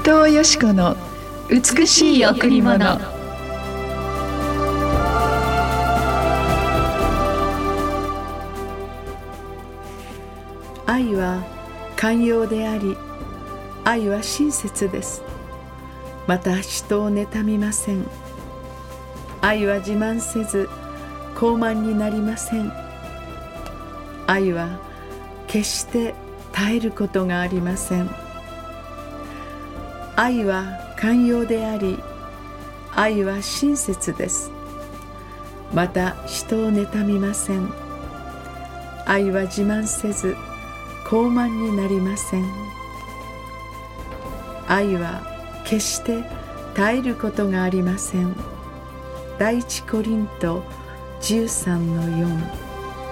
藤よし子の美しい贈り物。 愛は寛容であり、愛は親切です。また人を妬みません。愛は自慢せず傲慢になりません。愛は決して絶えることがありません。愛は寛容であり、愛は親切です。また人を妬みません。愛は自慢せず傲慢になりません。愛は決して絶えることがありません。第一コリント13-4。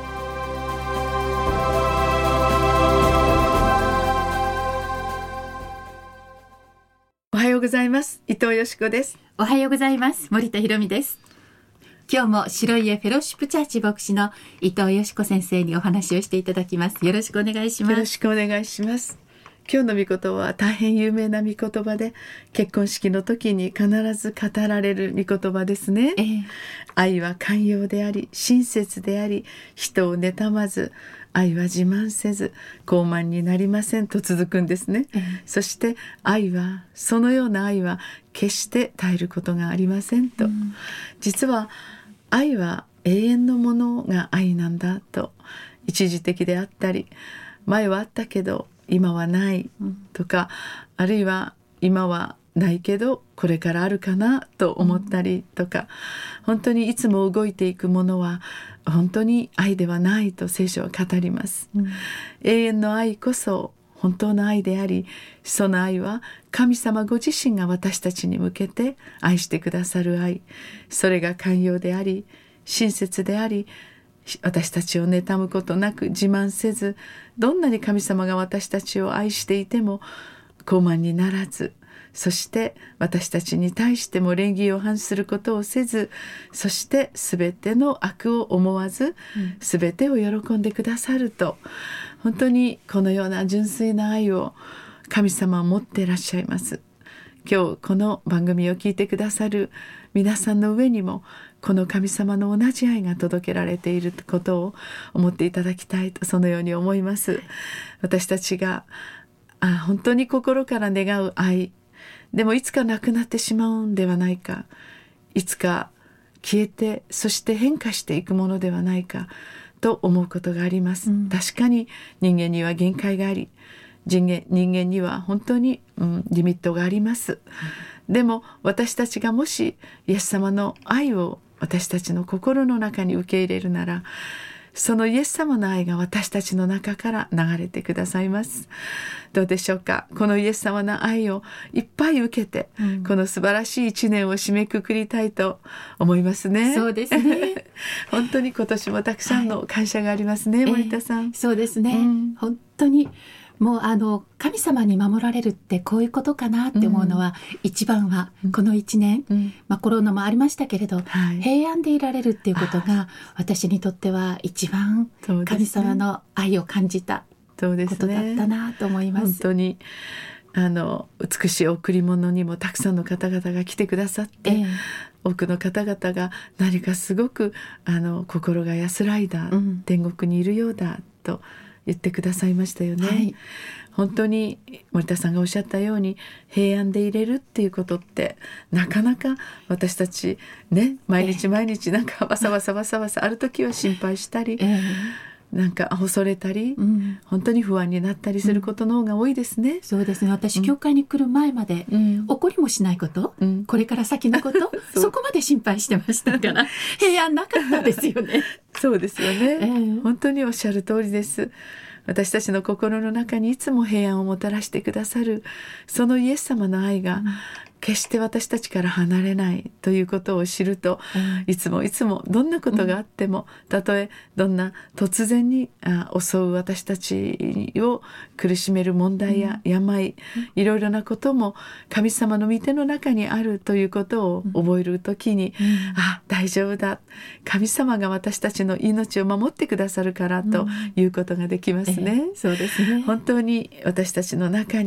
おはようございます。伊藤よし子です。 おはようございます。森田ひろみです。今日も白家フェローシップチャーチ牧師の伊藤よし子先生にお話をしていただきます。よろしくお願いします。 よろしくお願いします。今日の御言葉は大変有名な御言葉で、結婚式の時に必ず語られる御言葉ですね。愛は寛容であり、親切であり、人を妬まず、愛は自慢せず傲慢になりませんと続くんですね。そしてそのような愛は決して絶えることがありませんと。実は愛は永遠のものが愛なんだと。一時的であったり、前はあったけど今はないとか、あるいは今はないけどこれからあるかなと思ったりとか、本当にいつも動いていくものは本当に愛ではないと聖書は語ります。永遠の愛こそ本当の愛であり、その愛は神様ご自身が私たちに向けて愛してくださる愛。それが寛容であり、親切であり、私たちを妬むことなく自慢せず、どんなに神様が私たちを愛していても傲慢にならず、そして私たちに対しても礼儀を反することをせず、そして全ての悪を思わず、全てを喜んでくださると。本当にこのような純粋な愛を神様は持っていらっしゃいます。今日この番組を聞いてくださる皆さんの上にも、この神様の同じ愛が届けられていることを思っていただきたいと、そのように思います。私たちが本当に心から願う愛でもいつかなくなってしまうんではないか、いつか消えてそして変化していくものではないかと思うことがあります。確かに人間には限界があり、人間には本当に、リミットがあります。でも私たちがもしイエス様の愛を私たちの心の中に受け入れるなら、そのイエス様の愛が私たちの中から流れてくださいます。どうでしょうか。このイエス様の愛をいっぱい受けて、この素晴らしい一年を締めくくりたいと思いますね。 そうですね。 本当に今年もたくさんの感謝がありますね、森田さん。 そうですね、本当にもう神様に守られるってこういうことかなって思うのは、一番はこの1年、コロナもありましたけれど、平安でいられるっていうことが私にとっては一番神様の愛を感じたことだったなと思います。 本当に美しい贈り物にもたくさんの方々が来てくださって、多くの方々が何かすごく心が安らいだ、天国にいるようだと言ってくださいましたよね。本当に森田さんがおっしゃったように、平安でいれるっていうことってなかなか私たちね、毎日毎日なんかバサバサある時は心配したり、なんか恐れたり、本当に不安になったりすることの方が多いですね。 そうですね。私、教会に来る前まで、怒りもしないこと、これから先のことそこまで心配してましたから平安なかったですよね。 そうですよね、本当におっしゃる通りです。私たちの心の中にいつも平安をもたらしてくださる、そのイエス様の愛が決して私たちから離れないということを知ると、いつもどんなことがあっても、たとえどんな突然に襲う私たちを苦しめる問題や病、いろいろなことも神様の御手の中にあるということを覚えるときに、大丈夫だ、神様が私たちの命を守ってくださるからということができますね。 そうですね。 本当に私たちの中に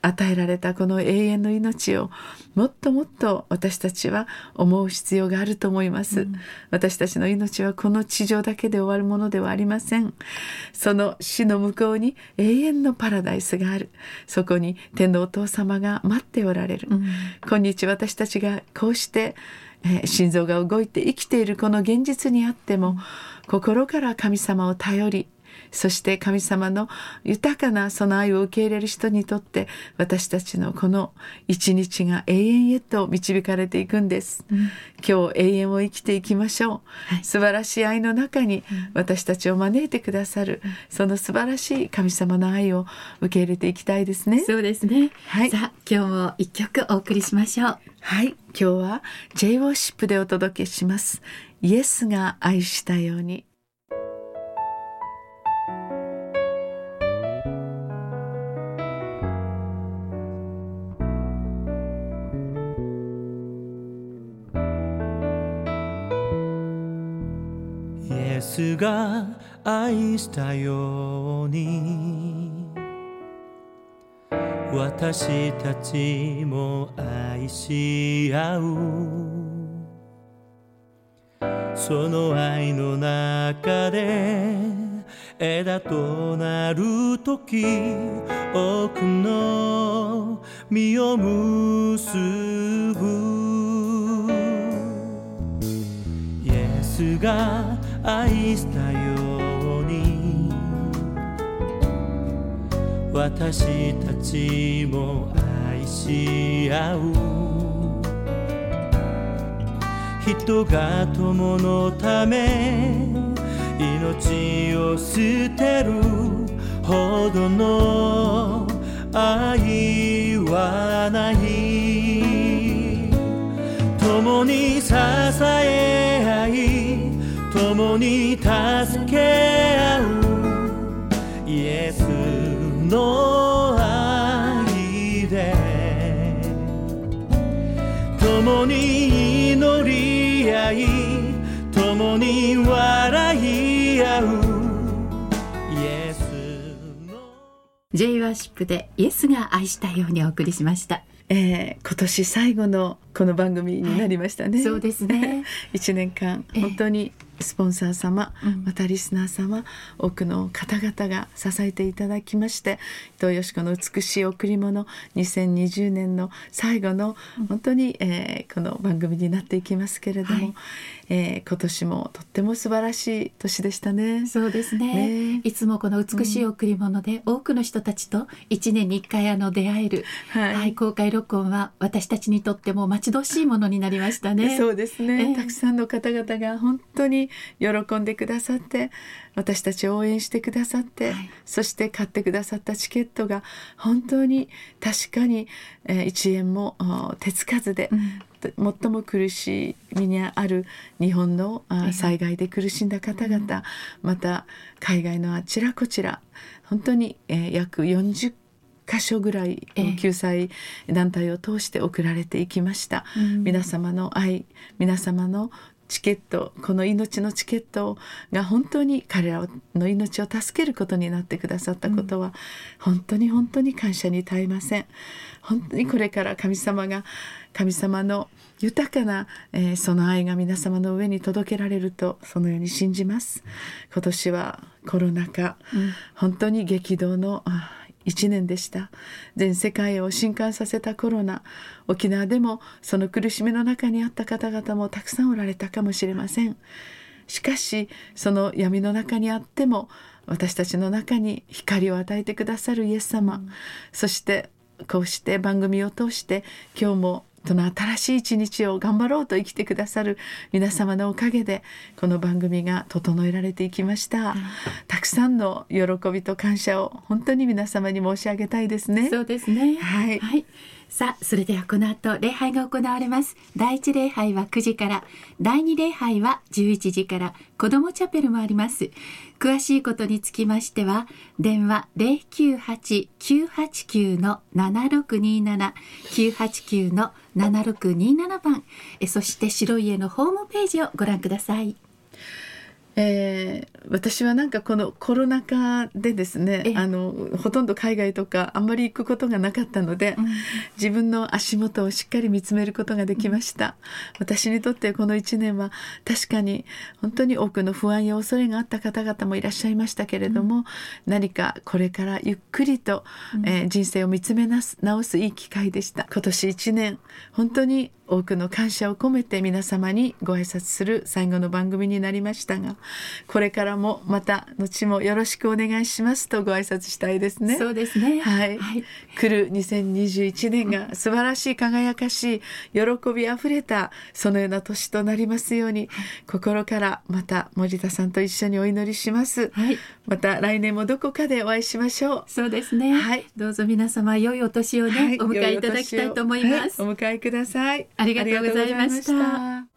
与えられたこの永遠の命をもっともっと私たちは思う必要があると思います、私たちの命はこの地上だけで終わるものではありません。その死の向こうに永遠のパラダイスがある。そこに天のお父様が待っておられる、今日私たちがこうして心臓が動いて生きているこの現実にあっても、心から神様を頼り、そして神様の豊かなその愛を受け入れる人にとって、私たちのこの一日が永遠へと導かれていくんです、今日永遠を生きていきましょう、素晴らしい愛の中に私たちを招いてくださる、その素晴らしい神様の愛を受け入れていきたいですね。 そうですね、さあ今日も一曲お送りしましょう。 はい、今日は J ウォーシップでお届けします。イエスが愛したように。 イエスが愛したように、私たちも愛し合う。その愛の中で枝となるとき、多くの実を結ぶ。イエスが愛したように、私たちも愛し合う。人が友のため命を捨てるほどの愛はない。共に支え合い、共に助け合うイエスの愛で、共に祈り合い、共に笑い合うイエスの。 J ワーシップでイエスが愛したようにお送りしました。 今年最後のこの番組になりましたね、 そうですね 1年間本当にスポンサー様、またリスナー様、多くの方々が支えていただきまして、伊藤よし子の美しい贈り物2020年の最後の本当に、この番組になっていきますけれども、今年もとっても素晴らしい年でしたね。 そうですね、いつもこの美しい贈り物で多くの人たちと1年に1回出会える、公開録音は私たちにとっても待ち遠しいものになりましたね。 そうですね、たくさんの方々が本当に喜んでくださって、私たちを応援してくださって、そして買ってくださったチケットが本当に確かに、1円も手つかずで、最も苦しみにある日本の災害で苦しんだ方々、また海外のあちらこちら本当に、約40箇所ぐらい救済団体を通して送られていきました、皆様の愛、皆様のチケット、この命のチケットが本当に彼らの命を助けることになってくださったことは、本当に本当に感謝に堪えません。本当にこれから神様の豊かな、その愛が皆様の上に届けられるとそのように信じます。今年はコロナ禍、本当に激動の1年でした。全世界を震撼させたコロナ、沖縄でもその苦しみの中にあった方々もたくさんおられたかもしれません。しかしその闇の中にあっても私たちの中に光を与えてくださるイエス様、そしてこうして番組を通して今日もその新しい一日を頑張ろうと生きてくださる皆様のおかげでこの番組が整えられていきました、たくさんの喜びと感謝を本当に皆様に申し上げたいですね。 そうですね、さあそれではこの後礼拝が行われます。第一礼拝は9時から、第二礼拝は11時から、子どもチャペルもあります。詳しいことにつきましては電話 098-989-7627 989-7627 番、そして白い家のホームページをご覧ください。 私はなんかこのコロナ禍でですね、ほとんど海外とかあんまり行くことがなかったので、自分の足元をしっかり見つめることができました。私にとってこの1年は確かに本当に多くの不安や恐れがあった方々もいらっしゃいましたけれども、何かこれからゆっくりと、人生を見つめ直すいい機会でした。今年1年本当に多くの感謝を込めて皆様にご挨拶する最後の番組になりましたが、これからもまた後もよろしくお願いしますとご挨拶したいですね。 そうですね。 はい。来る2021年が素晴らしい、輝かしい、喜びあふれたそのような年となりますように、心からまた森田さんと一緒にお祈りします。また来年もどこかでお会いしましょう。 そうですね。どうぞ皆様良いお年をね、お迎えいただきたいと思います。 お迎えください。 ありがとうございました。